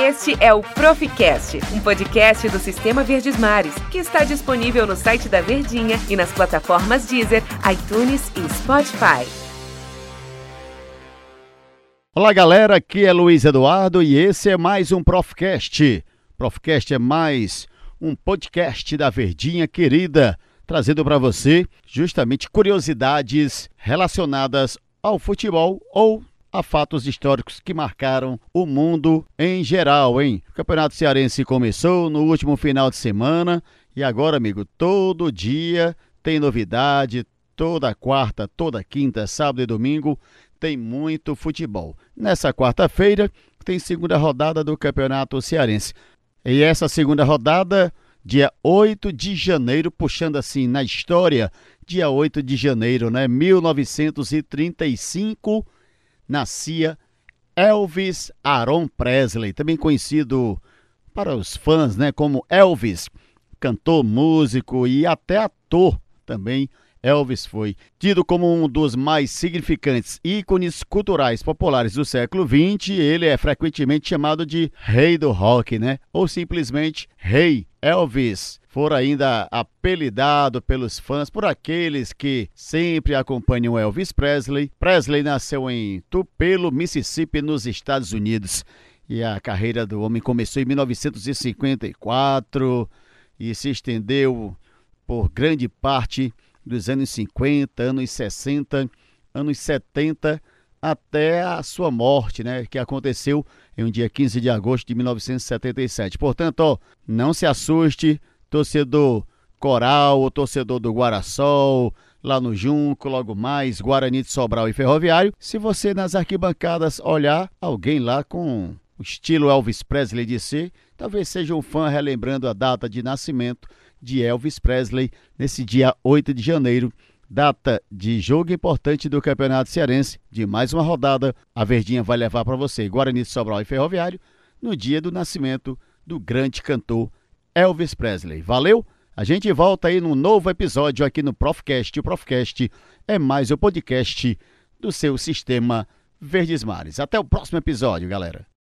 Este é o Proficast, um podcast do Sistema Verdes Mares, que está disponível no site da Verdinha e nas plataformas Deezer, iTunes e Spotify. Olá galera, aqui é Luiz Eduardo e esse é mais um Proficast. Proficast é mais um podcast da Verdinha querida, trazendo para você justamente curiosidades relacionadas ao futebol ou a fatos históricos que marcaram o mundo em geral, hein? O Campeonato Cearense começou no último final de semana e agora, amigo, todo dia tem novidade, toda quarta, toda quinta, sábado e domingo tem muito futebol. Nessa quarta-feira tem segunda rodada do Campeonato Cearense. E essa segunda rodada, dia 8 de janeiro, puxando assim na história, dia 8 de janeiro, né? 1935, nascia Elvis Aaron Presley, também conhecido para os fãs, né, como Elvis, cantor, músico e até ator também. Elvis foi tido como um dos mais significantes ícones culturais populares do século XX. Ele é frequentemente chamado de Rei do Rock, né? Ou simplesmente Rei Elvis. For ainda apelidado pelos fãs, por aqueles que sempre acompanham Elvis Presley. Presley nasceu em Tupelo, Mississippi, nos Estados Unidos. E a carreira do homem começou em 1954 e se estendeu por grande parte dos anos 50, anos 60, anos 70, até a sua morte, né, que aconteceu em um dia 15 de agosto de 1977. Portanto, ó, não se assuste, torcedor Coral, o torcedor do Guarasol, lá no Junco, logo mais, Guarani de Sobral e Ferroviário. Se você nas arquibancadas olhar alguém lá com o estilo Elvis Presley de ser, talvez seja um fã relembrando a data de nascimento de Elvis Presley, nesse dia 8 de janeiro, data de jogo importante do Campeonato Cearense, de mais uma rodada. A Verdinha vai levar para você Guarani de Sobral e Ferroviário, no dia do nascimento do grande cantor Elvis Presley. Valeu? A gente volta aí num novo episódio aqui no Proficast. O Proficast é mais o podcast do seu Sistema Verdes Mares. Até o próximo episódio, galera.